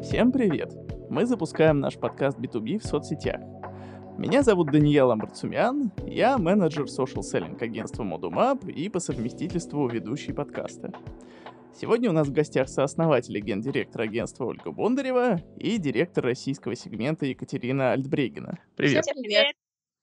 Всем привет! Мы запускаем наш подкаст B2B в соцсетях. Меня зовут Даниэл Амбарцумян, я менеджер social selling агентства Modumap и по совместительству ведущий подкаста. Сегодня у нас в гостях сооснователь и гендиректор агентства Ольга Бондарева и директор российского сегмента Екатерина Альтбрегена. Привет! Всем привет!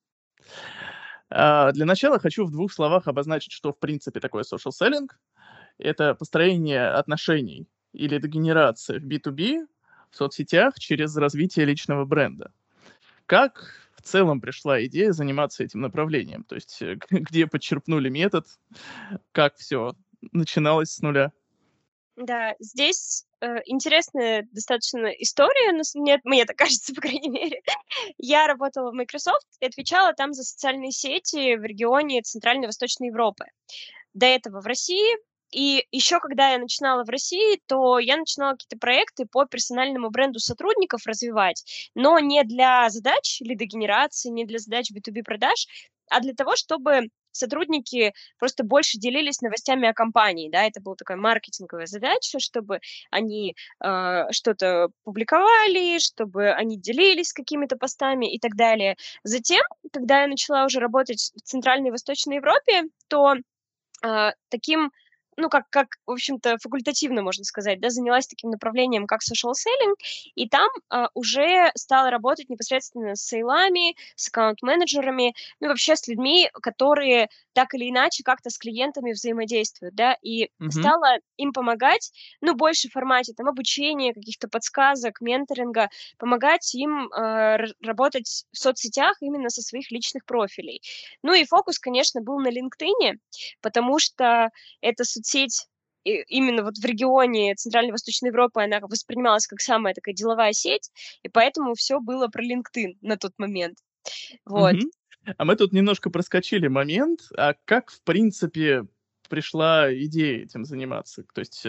Для начала хочу в двух словах обозначить, что в принципе такое social selling. Это построение отношений и лидогенерация в B2B в соцсетях через развитие личного бренда. Как в целом пришла идея заниматься этим направлением? То есть где подчерпнули метод, как все начиналось с нуля? Да, здесь интересная достаточно история, мне так кажется, по крайней мере. Я работала в Microsoft и отвечала там за социальные сети в регионе Центральной и Восточной Европы. До этого в России. И еще когда я начинала в России, то я начинала какие-то проекты по персональному бренду сотрудников развивать, но не для задач лидогенерации, не для задач B2B продаж, а для того, чтобы сотрудники просто больше делились новостями о компании, да, это была такая маркетинговая задача, чтобы они что-то публиковали, чтобы они делились какими-то постами и так далее. Затем, когда я начала уже работать в Центральной и Восточной Европе, то таким, как, в общем-то, факультативно, можно сказать, да, занялась таким направлением, как social selling, и там уже стала работать непосредственно с сейлами, с аккаунт-менеджерами, ну и вообще с людьми, которые так или иначе как-то с клиентами взаимодействуют, да, и стала им помогать, больше в формате там обучения, каких-то подсказок, менторинга, помогать им работать в соцсетях именно со своих личных профилей. Ну и фокус, конечно, был на LinkedIn, потому что эта соцсеть именно вот в регионе Центральной и Восточной Европы она воспринималась как самая такая деловая сеть, и поэтому все было про LinkedIn на тот момент. Вот. А мы тут немножко проскочили момент, а как, в принципе, пришла идея этим заниматься? То есть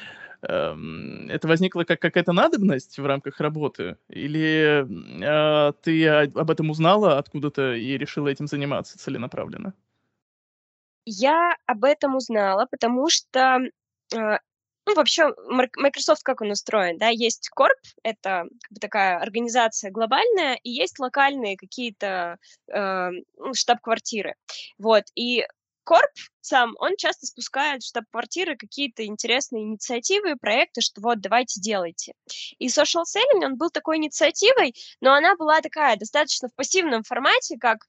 это возникла как какая-то надобность в рамках работы? Или ты об этом узнала откуда-то и решила этим заниматься целенаправленно? Я об этом узнала, потому что, вообще, Microsoft как он устроен, да, есть Corp, это как бы такая организация глобальная, и есть локальные какие-то штаб-квартиры. Вот, и Corp сам, он часто спускает в штаб-квартиры какие-то интересные инициативы, проекты, что вот, давайте делайте. И social selling, он был такой инициативой, но она была такая достаточно в пассивном формате, как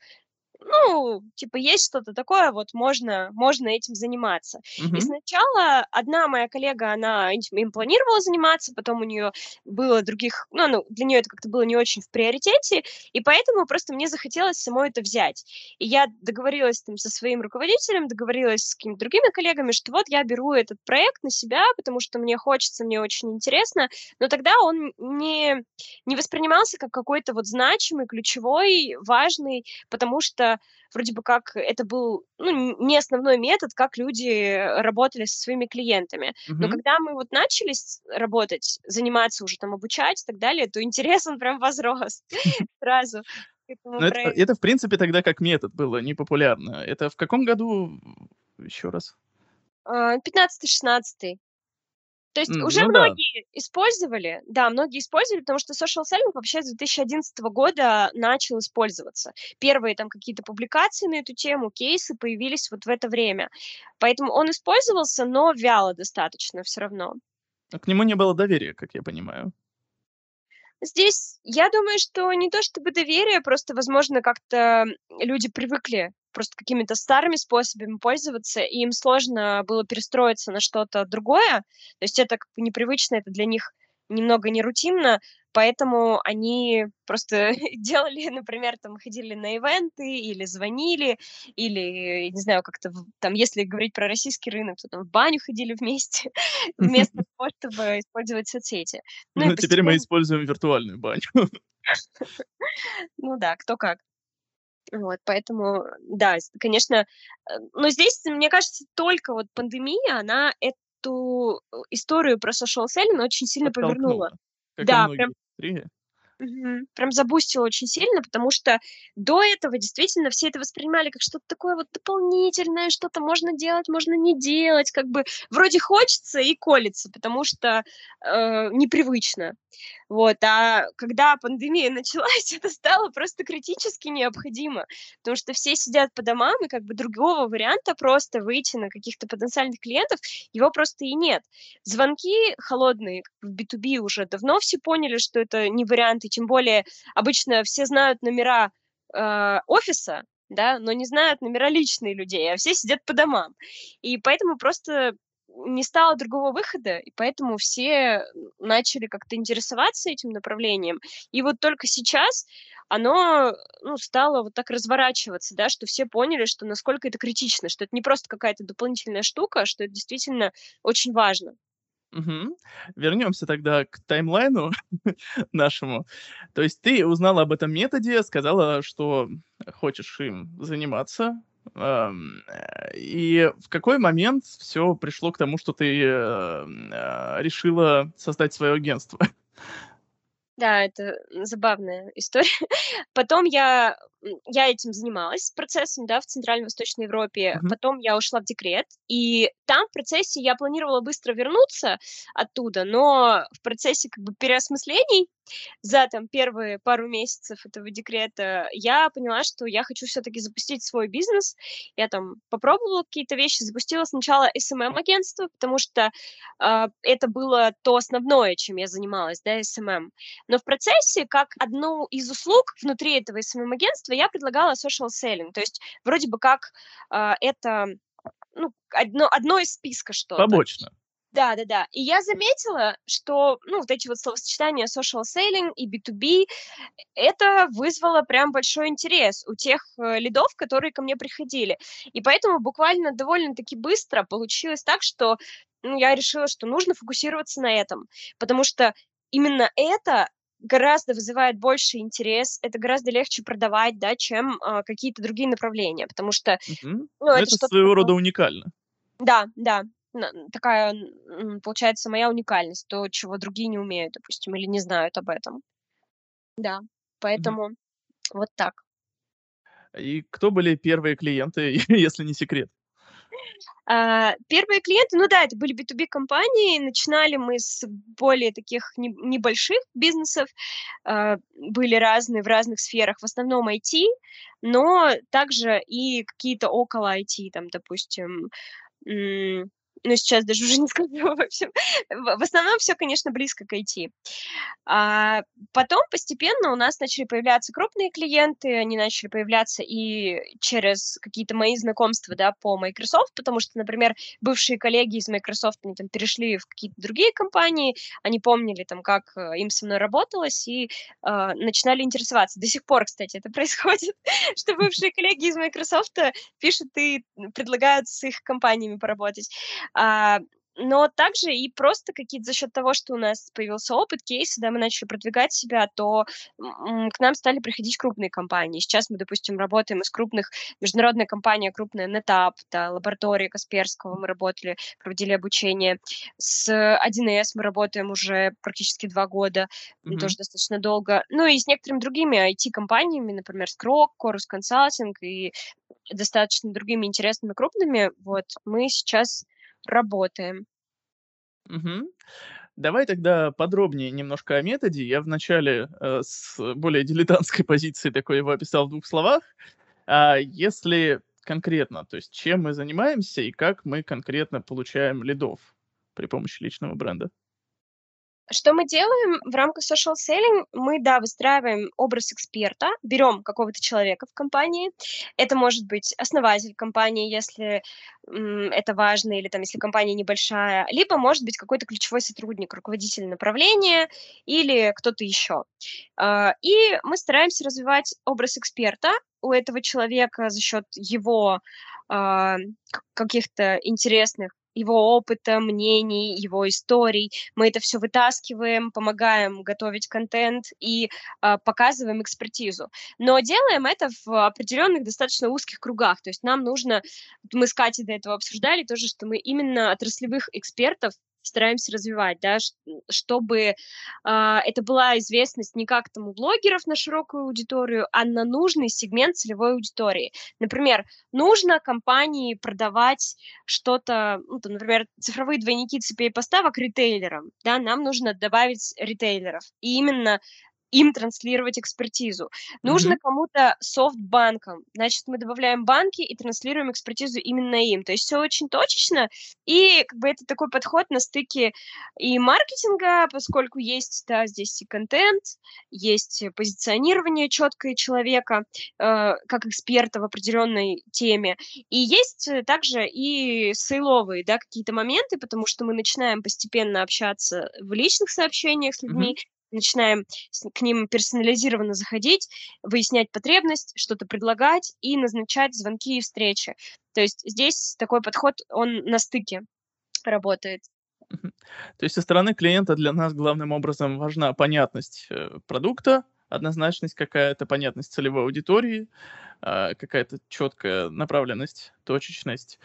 есть что-то такое, вот можно этим заниматься. И сначала одна моя коллега, она им планировала заниматься, потом у нее было других, для нее это как-то было не очень в приоритете, и поэтому просто мне захотелось самой это взять. И я договорилась там со своим руководителем, договорилась с какими-то другими коллегами, что вот я беру этот проект на себя, потому что мне хочется, мне очень интересно, но тогда он не воспринимался как какой-то вот значимый, ключевой, важный, потому что вроде бы как это был, не основной метод, как люди работали со своими клиентами. Но когда мы вот начали работать, заниматься уже там, обучать и так далее, то интерес, он прям возрос сразу к этому Ну, проекту. это, в принципе, тогда как метод было непопулярно. Это в каком году, еще раз? 15-16. То есть уже Ну да. многие использовали, потому что social selling вообще с 2011 года начал использоваться. Первые там какие-то публикации на эту тему, кейсы появились вот в это время. Поэтому он использовался, но вяло достаточно все равно. А к нему не было доверия, как я понимаю. Здесь, я думаю, что не то чтобы доверие, просто, возможно, как-то люди привыкли просто какими-то старыми способами пользоваться, и им сложно было перестроиться на что-то другое. То есть это как бы непривычно, это для них немного нерутинно, поэтому они просто делали, например, там ходили на ивенты или звонили, или, не знаю, как-то там, если говорить про российский рынок, то там в баню ходили вместе, вместо того, чтобы использовать соцсети. Ну и Ну, теперь мы постепенно. используем виртуальную баню. Ну да, кто как. Вот, поэтому, да, конечно, но здесь, мне кажется, только вот пандемия, она эту историю про social selling очень сильно повернула. Подтолкнула, как и Да, многие прям индустрии. Прям забустило очень сильно, потому что до этого действительно все это воспринимали как что-то такое вот дополнительное, что-то можно делать, можно не делать, как бы вроде хочется и колется, потому что непривычно. Вот, а когда пандемия началась, это стало просто критически необходимо, потому что все сидят по домам, и как бы другого варианта просто выйти на каких-то потенциальных клиентов, его просто и нет. Звонки холодные в B2B уже давно все поняли, что это не вариант, и тем более обычно все знают номера офиса, да, но не знают номера личные людей, а все сидят по домам. И поэтому просто не стало другого выхода, и поэтому все начали как-то интересоваться этим направлением. И вот только сейчас оно, ну, стало вот так разворачиваться, да, что все поняли, что насколько это критично, что это не просто какая-то дополнительная штука, а что это действительно очень важно. Мгм. Вернемся тогда к таймлайну нашему. То есть ты узнала об этом методе, сказала, что хочешь им заниматься. И в какой момент все пришло к тому, что ты, решила создать свое агентство? Да, это забавная история. Потом я этим занималась, процессом, да, в Центральной Восточной Европе. Мгм. Потом я ушла в декрет, и там в процессе я планировала быстро вернуться оттуда, но в процессе как бы переосмыслений за там первые пару месяцев этого декрета я поняла, что я хочу все-таки запустить свой бизнес. Я там попробовала какие-то вещи, запустила сначала SMM-агентство, потому что это было то основное, чем я занималась, да, SMM. Но в процессе, как одну из услуг внутри этого SMM-агентства, я предлагала social selling. То есть вроде бы как это ну, одно из списка что-то. Побочно. Да-да-да. И я заметила, что, ну, вот эти вот словосочетания social selling и B2B, это вызвало прям большой интерес у тех лидов, которые ко мне приходили. И поэтому буквально довольно-таки быстро получилось так, что ну, я решила, что нужно фокусироваться на этом, потому что именно это гораздо вызывает больше интерес, это гораздо легче продавать, да, чем какие-то другие направления, потому что, Мгм. ну, Ну, это это что-то своего такое. рода уникально. Да, да, такая, получается, моя уникальность, то, чего другие не умеют, допустим, или не знают об этом. Да, Мгм. поэтому вот так. И кто были первые клиенты, если не секрет? Первые клиенты, ну да, это были B2B-компании. Начинали мы с более таких небольших бизнесов, были разные в разных сферах, в основном IT, но также и какие-то около IT, там, допустим, м, ну, сейчас даже уже не скажу, в общем. В основном все, конечно, близко к IT. А потом постепенно у нас начали появляться крупные клиенты, они начали появляться и через какие-то мои знакомства, да, по Microsoft, потому что, например, бывшие коллеги из Microsoft, они там перешли в какие-то другие компании, они помнили там, как им со мной работалось, и начинали интересоваться. До сих пор, кстати, это происходит, что бывшие коллеги из Microsoft пишут и предлагают с их компаниями поработать. А, но также и просто какие-то за счет того, что у нас появился опыт, кейсы, да, мы начали продвигать себя, то к нам стали приходить крупные компании. Сейчас мы, допустим, работаем из крупных, международная компания крупная, NetApp, да, лаборатория Касперского, мы работали, проводили обучение. С 1С мы работаем уже практически 2 года, Мгм. тоже достаточно долго. Ну и с некоторыми другими IT-компаниями, например, Scrock, Chorus Consulting и достаточно другими интересными крупными, вот, мы сейчас работаем. Мгм. Давай тогда подробнее немножко о методе. Я вначале, с более дилетантской позиции такой его описал в двух словах. А если конкретно, то есть чем мы занимаемся и как мы конкретно получаем лидов при помощи личного бренда? Что мы делаем в рамках social selling? Мы, да, выстраиваем образ эксперта, берем какого-то человека в компании. Это может быть основатель компании, если это важно, или там, если компания небольшая, либо может быть какой-то ключевой сотрудник, руководитель направления или кто-то еще. И мы стараемся развивать образ эксперта у этого человека за счет его каких-то интересных его опыта, мнений, его историй. Мы это все вытаскиваем, помогаем готовить контент и показываем экспертизу. Но делаем это в определенных достаточно узких кругах. То есть нам нужно, мы с Катей до этого обсуждали тоже, что мы именно отраслевых экспертов стараемся развивать, да, чтобы это была известность не как там у блогеров на широкую аудиторию, а на нужный сегмент целевой аудитории. Например, нужно компании продавать что-то, ну, там, например, цифровые двойники цепей поставок ритейлерам, да, нам нужно добавить ритейлеров. И именно им транслировать экспертизу. Нужно Мгм. кому-то софтбанкам, значит, мы добавляем банки и транслируем экспертизу именно им. То есть все очень точечно, и как бы это такой подход на стыке и маркетинга, поскольку есть, да, здесь и контент, есть позиционирование четкое человека как эксперта в определенной теме, и есть также и сейловые, да, какие-то моменты, потому что мы начинаем постепенно общаться в личных сообщениях с Мгм. людьми, начинаем к ним персонализированно заходить, выяснять потребность, что-то предлагать и назначать звонки и встречи. То есть здесь такой подход, он на стыке работает. Мгм. То есть со стороны клиента для нас главным образом важна понятность, продукта, однозначность какая-то, понятность целевой аудитории, какая-то четкая направленность, точечность.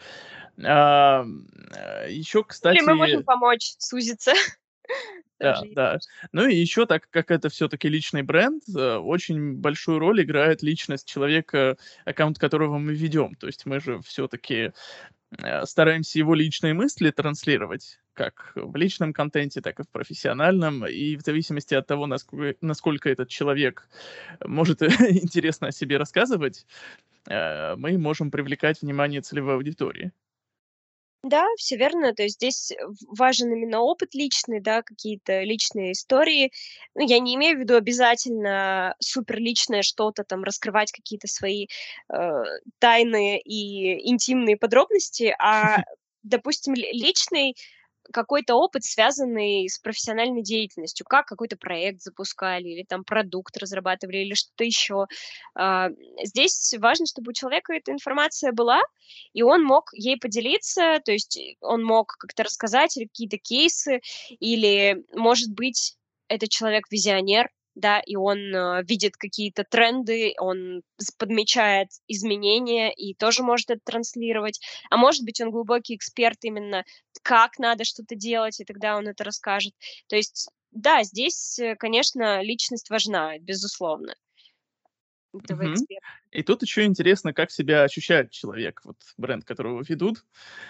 Еще, Или мы можем кстати, помочь сузиться. да, Тоже есть. да. Ну и еще, так как это все-таки личный бренд, очень большую роль играет личность человека, аккаунт которого мы ведем. То есть мы же все-таки стараемся его личные мысли транслировать, как в личном контенте, так и в профессиональном. И в зависимости от того, насколько этот человек может интересно о себе рассказывать, мы можем привлекать внимание целевой аудитории. Да, все верно. То есть здесь важен именно опыт личный, да, какие-то личные истории. Ну, я не имею в виду обязательно суперличное что-то, там, раскрывать какие-то свои тайны и интимные подробности, а, допустим, личный какой-то опыт, связанный с профессиональной деятельностью, как какой-то проект запускали или там продукт разрабатывали или что-то еще. А, Здесь важно, чтобы у человека эта информация была, и он мог ей поделиться, то есть он мог как-то рассказать или какие-то кейсы, или, может быть, этот человек визионер, да, и он видит какие-то тренды, он подмечает изменения и тоже может это транслировать. А может быть, он глубокий эксперт именно как надо что-то делать, и тогда он это расскажет. То есть, да, здесь, конечно, личность важна, безусловно, этого Мгм. эксперта. И тут еще интересно, как себя ощущает человек, вот бренд, которого ведут.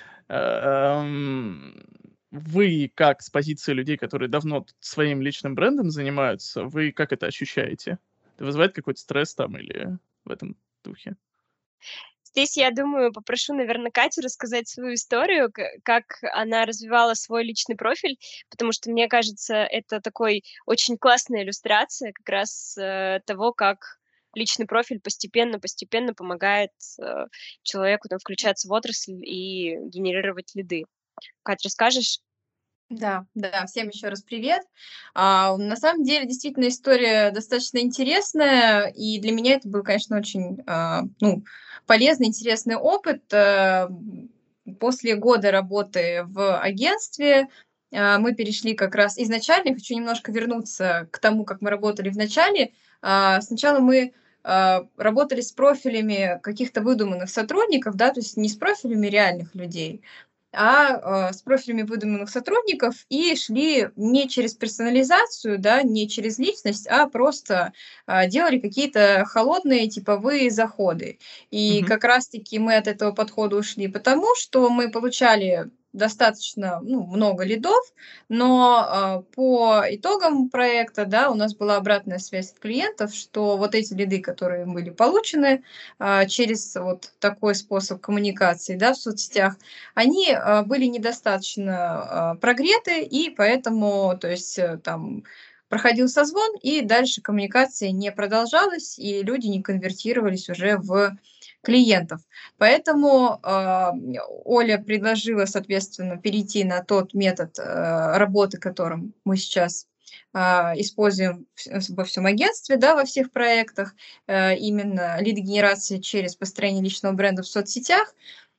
Эм, Вы как с позиции людей, которые давно своим личным брендом занимаются, вы как это ощущаете? Это вызывает какой-то стресс там или в этом духе? Здесь, я думаю, попрошу, наверное, Катю рассказать свою историю, как она развивала свой личный профиль, потому что, мне кажется, это такой очень классная иллюстрация как раз того, как личный профиль постепенно помогает человеку там, включаться в отрасль и генерировать лиды. Кать, расскажешь? Да, да, всем еще раз привет. На самом деле, действительно, история достаточно интересная, и для меня это был, конечно, очень, ну, полезный, интересный опыт. После года работы в агентстве мы перешли как раз изначально, хочу немножко вернуться к тому, как мы работали в начале. Сначала мы работали с профилями каких-то выдуманных сотрудников, да, то есть не с профилями реальных людей, с профилями выдуманных сотрудников и шли не через персонализацию, да, не через личность, а просто делали какие-то холодные типовые заходы. И Мгм. как раз-таки мы от этого подхода ушли, потому что мы получали достаточно, ну, много лидов, но по итогам проекта, да, у нас была обратная связь от клиентов, что вот эти лиды, которые были получены через вот такой способ коммуникации, да, в соцсетях, они были недостаточно прогреты, и поэтому, то есть, там проходил созвон, и дальше коммуникация не продолжалась, и люди не конвертировались уже в клиентов. Поэтому Оля предложила, соответственно, перейти на тот метод работы, которым мы сейчас используем во всем агентстве, да, во всех проектах, именно лид-генерации через построение личного бренда в соцсетях.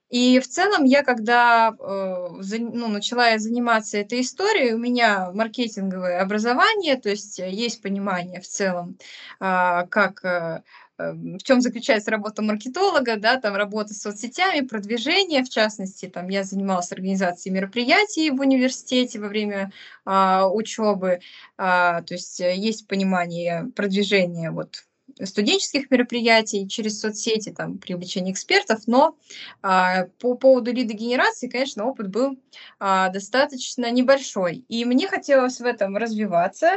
И в целом я, когда начала заниматься этой историей, у меня маркетинговое образование, то есть есть понимание в целом, в чем заключается работа маркетолога, да, там работа с соцсетями, продвижение, в частности, там я занималась организацией мероприятий в университете во время учебы, то есть есть понимание продвижения вот студенческих мероприятий через соцсети, там, привлечение экспертов, но по поводу лидогенерации, конечно, опыт был достаточно небольшой. И мне хотелось в этом развиваться.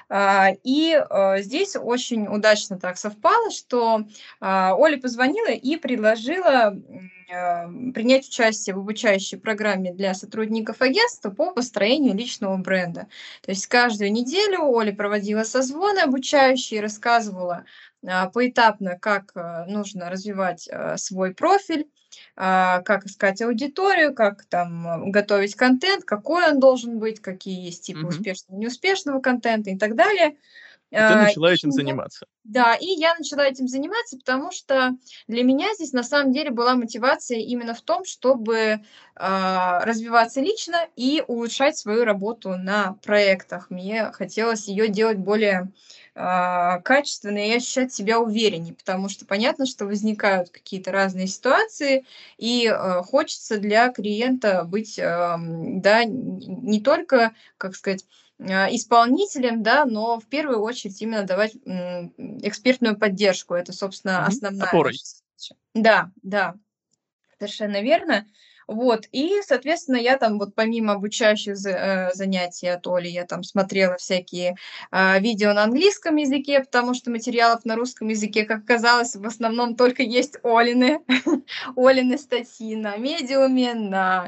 Здесь очень удачно так совпало, что Оля позвонила и предложила принять участие в обучающей программе для сотрудников агентства по построению личного бренда. То есть каждую неделю Оля проводила созвоны обучающие, рассказывала поэтапно, как нужно развивать свой профиль, как искать аудиторию, как там готовить контент, какой он должен быть, какие есть типы Мгм. успешного и неуспешного контента и так далее. И ты начала И этим заниматься. Да, и я начала этим заниматься, потому что для меня здесь на самом деле была мотивация именно в том, чтобы развиваться лично и улучшать свою работу на проектах. Мне хотелось ее делать более качественной и ощущать себя увереннее, потому что понятно, что возникают какие-то разные ситуации, и хочется для клиента быть, да, не только, как сказать, исполнителем, да, но в первую очередь именно давать экспертную поддержку. Это, собственно, Мгм. основная Опорой. наша задача. Да, да, совершенно верно. Вот, и, соответственно, я там вот помимо обучающих занятий от Оли, я там смотрела всякие видео на английском языке, потому что материалов на русском языке, как оказалось, в основном только есть Олины, Олины статьи на Медиуме, на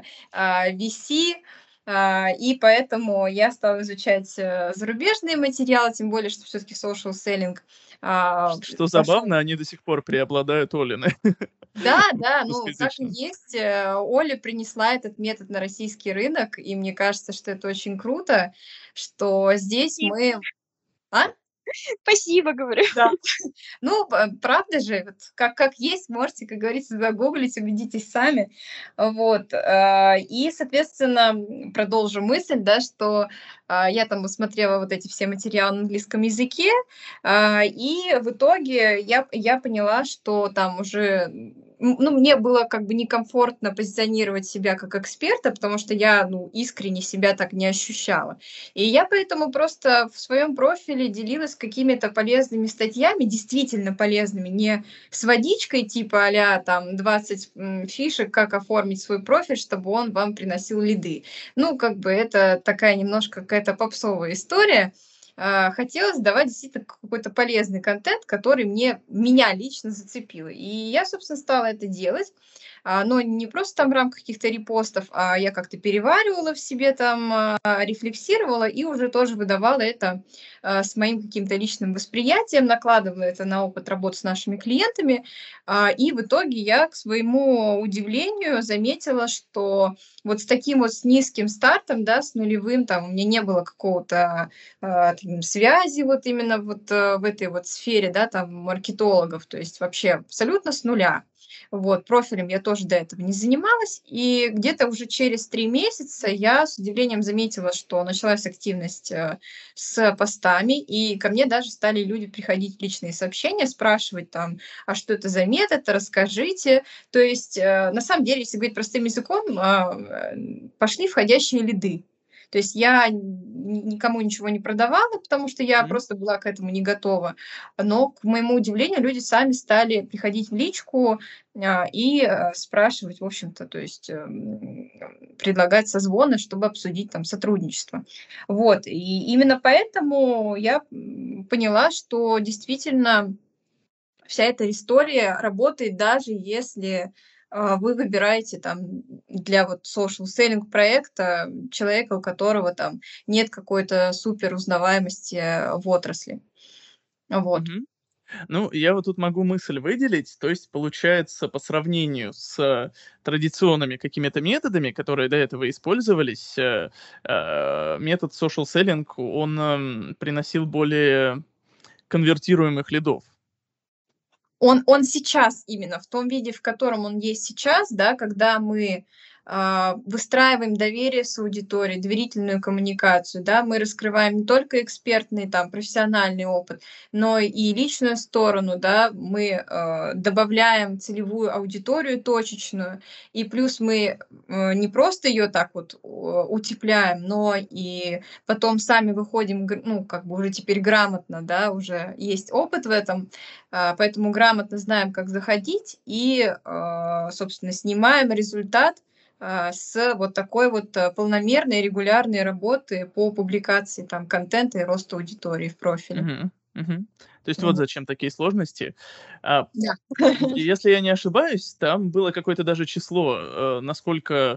VC, и поэтому я стала изучать зарубежные материалы, тем более, что все-таки social selling Что пошел. забавно, они до сих пор преобладают Олины Да, да, в ну так и русскоязычном. есть. Оля принесла этот метод на российский рынок, и мне кажется, что это очень круто, что здесь Спасибо, мы. А? спасибо, говорю. Да. Ну, правда же, вот как есть, можете, как говорится, загуглить, убедитесь сами. Вот. И, соответственно, продолжу мысль, да, что я там смотрела вот эти все материалы на английском языке, и в итоге я поняла, что там уже, ну, мне было как бы некомфортно позиционировать себя как эксперта, потому что я, ну, искренне себя так не ощущала. И я поэтому просто в своем профиле делилась какими-то полезными статьями, действительно полезными, не с водичкой типа а-ля там 20 фишек, как оформить свой профиль, чтобы он вам приносил лиды. Ну, как бы это такая немножко какая-то попсовая история. Хотелось давать действительно какой-то полезный контент, который меня лично зацепил. И я, собственно, стала это делать. Но не просто там в рамках каких-то репостов, а я как-то переваривала в себе там, рефлексировала и уже тоже выдавала это с моим каким-то личным восприятием, накладывала это на опыт работы с нашими клиентами. И в итоге я, к своему удивлению, заметила, что вот с таким вот с низким стартом, да, с нулевым, там у меня не было какого-то там связи вот именно вот в этой вот сфере, да, там маркетологов, то есть вообще абсолютно с нуля. Вот, профилем я тоже до этого не занималась. И где-то уже через 3 месяца я с удивлением заметила, что началась активность с постами, и ко мне даже стали люди приходить в личные сообщения, спрашивать там, а что это за метод, расскажите. То есть, на самом деле, если говорить простым языком, пошли входящие лиды. То есть я никому ничего не продавала, потому что я Мгм. просто была к этому не готова. Но, к моему удивлению, люди сами стали приходить в личку, спрашивать, в общем-то, то есть, предлагать созвоны, чтобы обсудить там сотрудничество. Вот, и именно поэтому я, поняла, что действительно вся эта история работает, даже если, вы выбираете там для вот social selling проекта человека, у которого там нет какой-то супер узнаваемости, в отрасли. Вот. Мгм. Ну, я вот тут могу мысль выделить. То есть, получается, по сравнению с традиционными какими-то методами, которые до этого использовались, метод social selling, он приносил более конвертируемых лидов. Он сейчас именно в том виде, в котором он есть сейчас, да, когда мы выстраиваем доверие с аудиторией, доверительную коммуникацию, да, мы раскрываем не только экспертный, там, профессиональный опыт, но и личную сторону, да, мы добавляем целевую аудиторию точечную, и плюс мы не просто ее так вот утепляем, но и потом сами выходим, ну, как бы уже теперь грамотно, да, уже есть опыт в этом, поэтому грамотно знаем, как заходить и, собственно, снимаем результат с вот такой вот полномерной регулярной работы по публикации там контента и росту аудитории в профиле. Мгм, мгм. То есть вот Вот. зачем такие сложности. А, Да. Если я не ошибаюсь, там было какое-то даже число, насколько,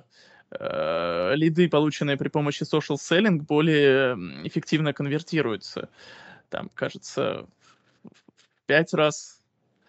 лиды, полученные при помощи social selling, более, эффективно конвертируются. Там, кажется, в 5 раз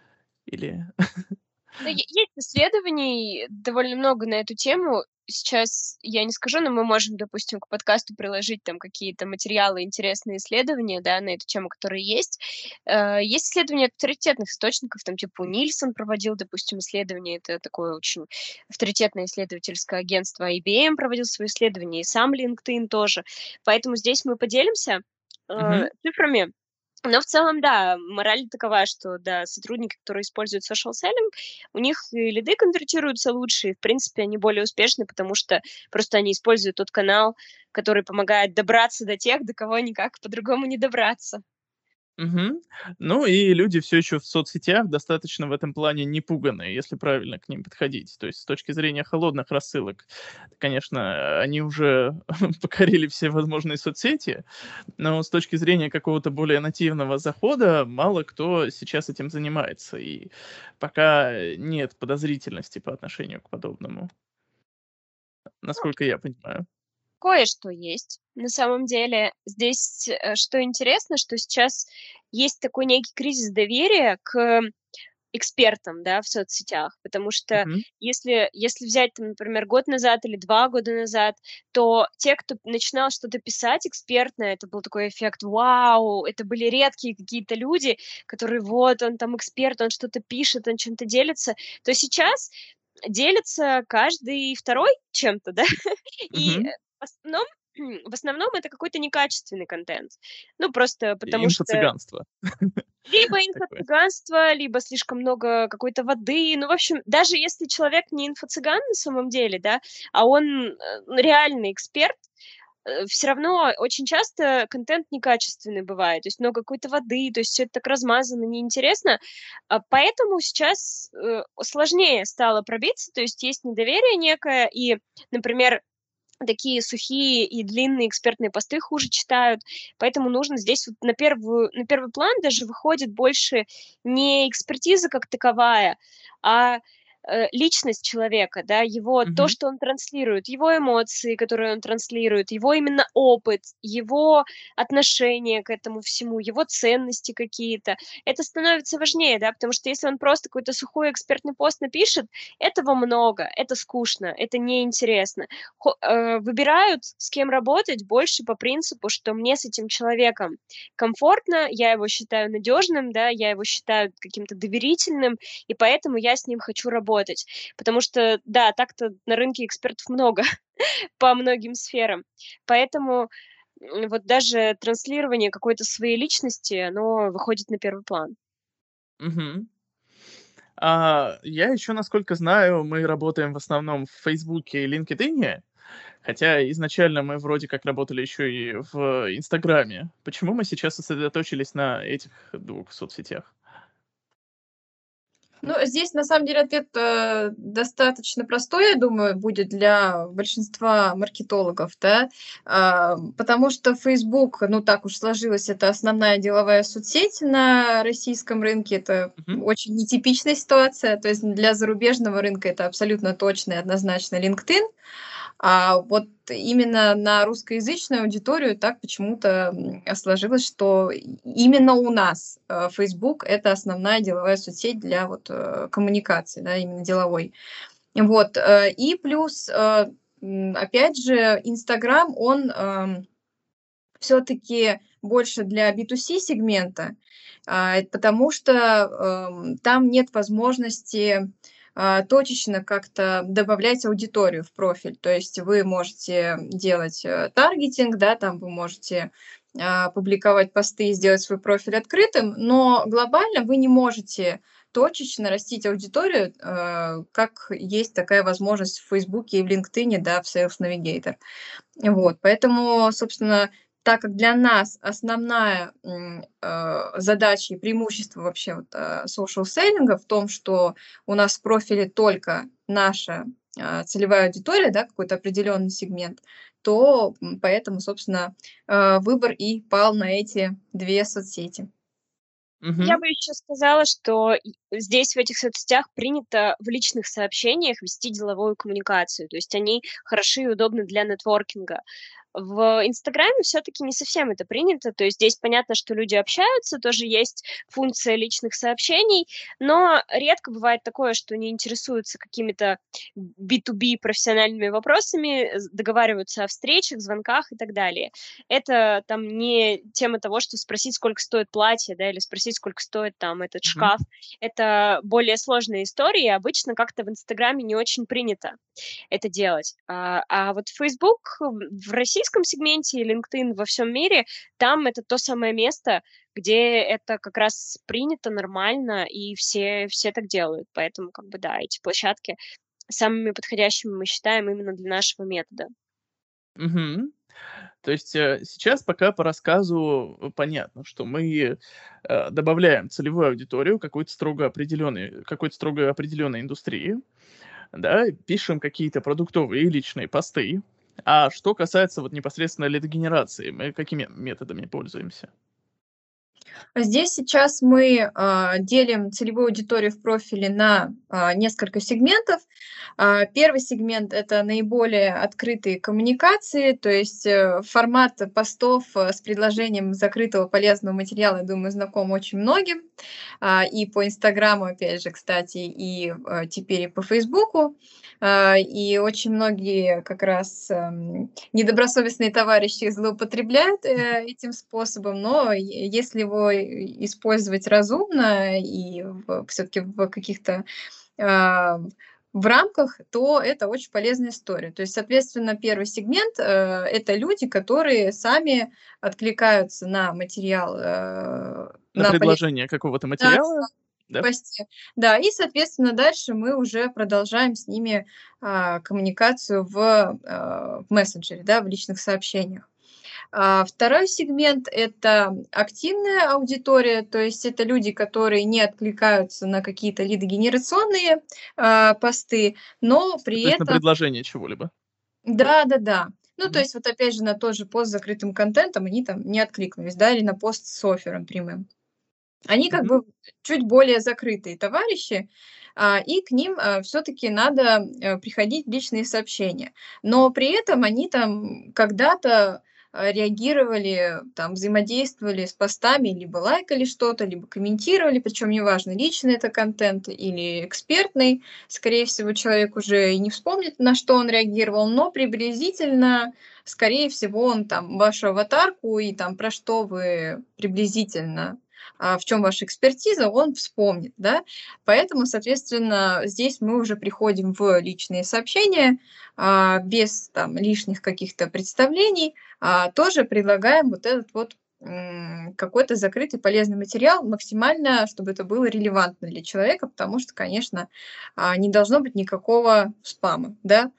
или Ну, есть исследований довольно много на эту тему. Сейчас я не скажу, но мы можем, допустим, к подкасту приложить там какие-то материалы, интересные исследования, да, на эту тему, которые есть. Есть исследования авторитетных источников, там типа Нильсон проводил, допустим, исследование, это такое очень авторитетное исследовательское агентство, IBM проводил свои исследования, и сам LinkedIn тоже. Поэтому здесь мы поделимся Мгм, цифрами. Но в целом, да, мораль такова, что, да, сотрудники, которые используют social selling, у них и лиды конвертируются лучше, и, в принципе, они более успешны, потому что просто они используют тот канал, который помогает добраться до тех, до кого никак по-другому не добраться. мгм. Ну и люди все еще в соцсетях достаточно в этом плане не пуганые, если правильно к ним подходить. То есть с точки зрения холодных рассылок, конечно, они уже покорили все возможные соцсети, но с точки зрения какого-то более нативного захода мало кто сейчас этим занимается, и пока нет подозрительности по отношению к подобному, насколько я понимаю. Кое-что есть. На самом деле, здесь, что интересно, что сейчас есть такой некий кризис доверия к экспертам, да, в соцсетях. Потому что Мгм. если взять, там, например, год назад или 2 года назад, то те, кто начинал что-то писать экспертное, это был такой эффект «Вау!» Это были редкие какие-то люди, которые вот он там эксперт, он что-то пишет, он чем-то делится. То сейчас делится каждый второй чем-то, да, и, Мгм. в основном в основном это какой-то некачественный контент. Ну, просто потому что Инфо-цыганство либо такое. инфо-цыганство, либо слишком много какой-то воды. Ну, в общем, даже если человек не инфо-цыган на самом деле, да, а он, реальный эксперт, все равно очень часто контент некачественный бывает, то есть много какой-то воды, то есть все это так размазано, неинтересно. Поэтому сейчас, сложнее стало пробиться, то есть есть недоверие некое, и, например, такие сухие и длинные экспертные посты хуже читают, поэтому нужно здесь вот на первый план даже выходит больше не экспертиза как таковая, а, личность человека, да, его то, Мгм. что он транслирует, его эмоции, которые он транслирует, его именно опыт, его отношение к этому всему, его ценности какие-то. Это становится важнее, да, потому что если он просто какой-то сухой экспертный пост напишет, этого много, это скучно, это неинтересно. Выбирают, с кем работать, больше по принципу, что мне с этим человеком комфортно, я его считаю надежным, да, я его считаю каким-то доверительным, и поэтому я с ним хочу работать. Потому что, да, так-то на рынке экспертов много по многим сферам. Поэтому вот даже транслирование какой-то своей личности, оно выходит на первый план. Мгм. Я еще, насколько знаю, мы работаем в основном в "Фейсбуке" и "Линкедине", хотя изначально мы вроде как работали еще и в "Инстаграме". Почему мы сейчас сосредоточились на этих двух соцсетях? Ну, здесь на самом деле ответ достаточно простой, я думаю, будет для большинства маркетологов, да, потому что Facebook, ну так уж сложилось, это основная деловая соцсеть на российском рынке, это Мгм. очень нетипичная ситуация, то есть для зарубежного рынка это абсолютно точно и однозначно LinkedIn, а вот именно на русскоязычную аудиторию так почему-то, сложилось, что именно у нас, Facebook — это основная деловая соцсеть для вот, коммуникации, да, именно деловой. Вот, и плюс, опять же, Инстаграм, он, все таки больше для B2C сегмента, потому что там нет возможности точечно как-то добавлять аудиторию в профиль. То есть вы можете делать таргетинг, да, там вы можете публиковать посты и сделать свой профиль открытым, но глобально вы не можете точечно растить аудиторию, как есть такая возможность в Фейсбуке и в LinkedIn, да, в Sales Navigator. Вот, поэтому, собственно, так как для нас основная задача и преимущество вообще вот, social selling в том, что у нас в профиле только наша целевая аудитория, да, какой-то определенный сегмент, то поэтому, собственно, выбор и пал на эти две соцсети. Я бы еще сказала, что здесь, в этих соцсетях, принято в личных сообщениях вести деловую коммуникацию. То есть они хороши и удобны для нетворкинга. В Инстаграме все-таки не совсем это принято. То есть здесь понятно, что люди общаются, тоже есть функция личных сообщений, но редко бывает такое, что они интересуются какими-то B2B профессиональными вопросами, договариваются о встречах, звонках и так далее. Это там не тема того, что спросить, сколько стоит платье, да, или спросить, сколько стоит там этот шкаф. Это более сложная история, и обычно как-то в Инстаграме не очень принято это делать. А вот Facebook в российском сегменте и LinkedIn во всем мире, там это то самое место, где это как раз принято нормально, и все так делают. Поэтому, как бы, да, эти площадки самыми подходящими мы считаем именно для нашего метода. Мгм. То есть сейчас пока по рассказу понятно, что мы добавляем целевую аудиторию какой-то строго определенной индустрии, да, пишем какие-то продуктовые и личные посты. А что касается вот непосредственно лидогенерации, мы какими методами пользуемся? Здесь сейчас мы делим целевую аудиторию в профиле на несколько сегментов. Первый сегмент — это наиболее открытые коммуникации, то есть формат постов с предложением закрытого полезного материала, я думаю, знаком очень многим. И по Инстаграму, опять же, кстати, и теперь и по Фейсбуку. И очень многие как раз недобросовестные товарищи злоупотребляют этим способом, но если его использовать разумно и все-таки в каких-то в рамках, то это очень полезная история. То есть, соответственно, первый сегмент это люди, которые сами откликаются на материал, На на предложение какого-то материала, да? посте. Да, и, соответственно, дальше мы уже продолжаем с ними коммуникацию в мессенджере, да, в личных сообщениях. Второй сегмент — это активная аудитория, то есть это люди, которые не откликаются на какие-то лидогенерационные посты, но при То есть на этом... предложение чего-либо. Да-да-да. Ну, то Мгм. есть вот опять же на тот же пост с закрытым контентом они там не откликнулись, да, или на пост с оффером прямым. Они как Мгм. бы чуть более закрытые товарищи, и к ним все-таки надо приходить в личные сообщения. Но при этом они там когда-то реагировали, там, взаимодействовали с постами, либо лайкали что-то, либо комментировали, причем неважно, личный это контент или экспертный. Скорее всего, человек уже и не вспомнит, на что он реагировал, но приблизительно, скорее всего, он там вашу аватарку и там про что вы приблизительно в чем ваша экспертиза, он вспомнит, да. Поэтому, соответственно, здесь мы уже приходим в личные сообщения, без там лишних каких-то представлений, тоже предлагаем вот этот вот какой-то закрытый полезный материал, максимально, чтобы это было релевантно для человека, потому что, конечно, не должно быть никакого спама, да.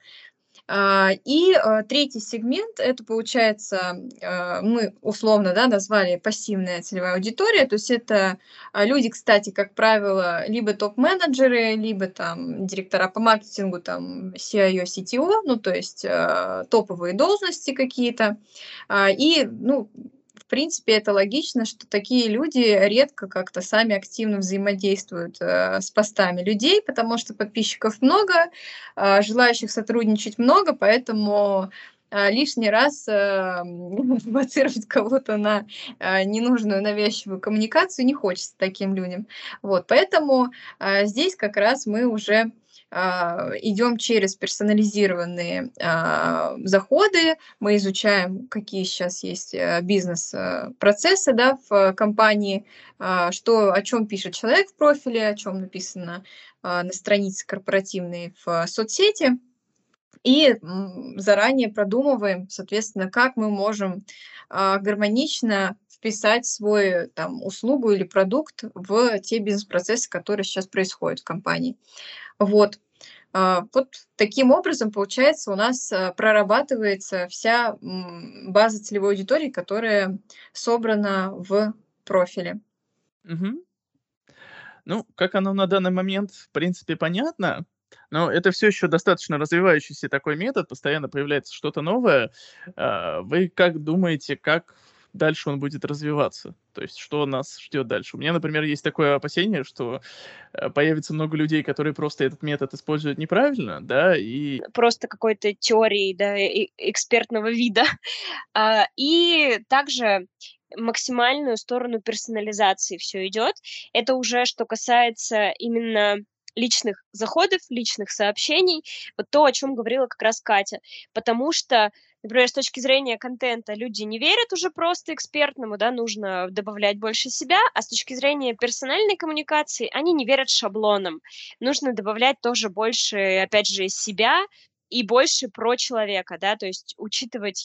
Третий сегмент — это, получается, мы условно, да, назвали пассивная целевая аудитория. То есть это люди, кстати, как правило, либо топ-менеджеры, либо там директора по маркетингу, там CIO, CTO, ну, то есть топовые должности какие-то. Ну, в принципе, это логично, что такие люди редко как-то сами активно взаимодействуют с постами людей, потому что подписчиков много, желающих сотрудничать много, поэтому лишний раз провоцировать кого-то на ненужную навязчивую коммуникацию не хочется таким людям. Вот, поэтому здесь как раз мы уже идем через персонализированные заходы, мы изучаем, какие сейчас есть бизнес-процессы, да, в компании, о чем пишет человек в профиле, о чем написано на странице корпоративной в соцсети. И заранее продумываем, соответственно, как мы можем гармонично вписать свою там, услугу или продукт в те бизнес-процессы, которые сейчас происходят в компании. Вот. Вот таким образом, получается, у нас прорабатывается вся база целевой аудитории, которая собрана в профиле. Мгм. Ну, как оно на данный момент, в принципе, понятно, но это все еще достаточно развивающийся такой метод, постоянно появляется что-то новое. Вы как думаете, как дальше он будет развиваться? То есть что нас ждет дальше? У меня, например, есть такое опасение, что появится много людей, которые просто этот метод используют неправильно, да, и Просто какой-то теории, да, экспертного вида. И также максимальную сторону персонализации все идет. Это уже что касается именно личных заходов, личных сообщений. Вот то, о чем говорила как раз Катя. Потому что, например, с точки зрения контента люди не верят уже просто экспертному, да, нужно добавлять больше себя, а с точки зрения персональной коммуникации они не верят шаблонам. Нужно добавлять тоже больше, опять же, себя и больше про человека, да, то есть учитывать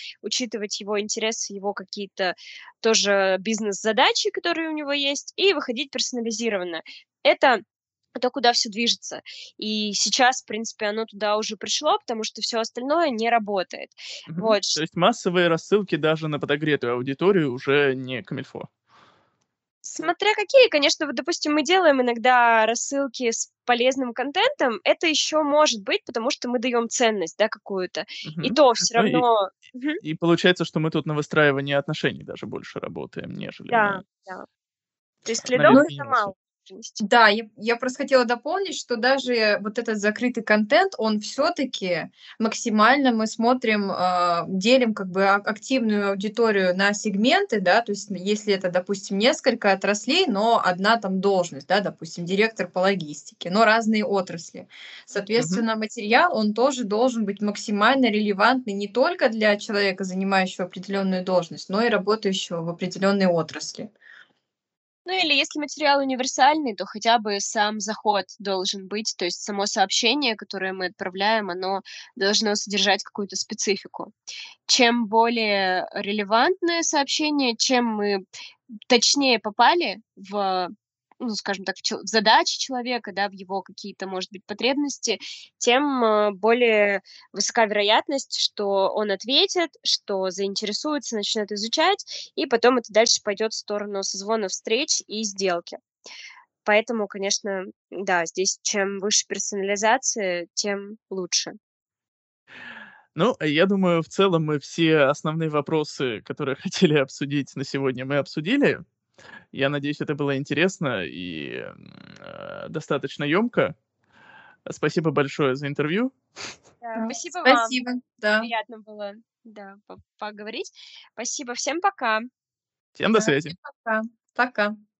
его интересы, его какие-то тоже бизнес-задачи, которые у него есть, и выходить персонализированно. Это то, куда все движется. И сейчас, в принципе, оно туда уже пришло, потому что все остальное не работает. мгм. Вот. То есть массовые рассылки даже на подогретую аудиторию уже не камильфо. Смотря какие, конечно, вот, допустим, мы делаем иногда рассылки с полезным контентом, это еще может быть, потому что мы даем ценность, да, какую-то. И Мгм. то все Ну и равно. Мгм. и получается, что мы тут на выстраивании отношений даже больше работаем, нежели Да, на да. То есть на лидов Ну, это ликвидацию. мало. да, я просто хотела дополнить, что даже вот этот закрытый контент, он все-таки максимально мы смотрим, делим как бы активную аудиторию на сегменты, да, то есть если это, допустим, несколько отраслей, но одна там должность, да, допустим, директор по логистике, но разные отрасли. Мгм. Соответственно, материал, он тоже должен быть максимально релевантный не только для человека, занимающего определенную должность, но и работающего в определенной отрасли. Ну или если материал универсальный, то хотя бы сам заход должен быть, то есть само сообщение, которое мы отправляем, оно должно содержать какую-то специфику. Чем более релевантное сообщение, чем мы точнее попали в, ну, скажем так, в задачи человека, да, в его какие-то, может быть, потребности, тем более высока вероятность, что он ответит, что заинтересуется, начнет изучать, и потом это дальше пойдет в сторону созвона встреч и сделки. Поэтому, конечно, да, здесь чем выше персонализация, тем лучше. Ну, я думаю, в целом мы все основные вопросы, которые хотели обсудить на сегодня, мы обсудили. Я надеюсь, это было интересно и, достаточно ёмко. Спасибо большое за интервью. Да, спасибо вам. Спасибо, да. Приятно было, да, поговорить. Спасибо. Всем пока. Всем до Да, связи. всем пока. Пока.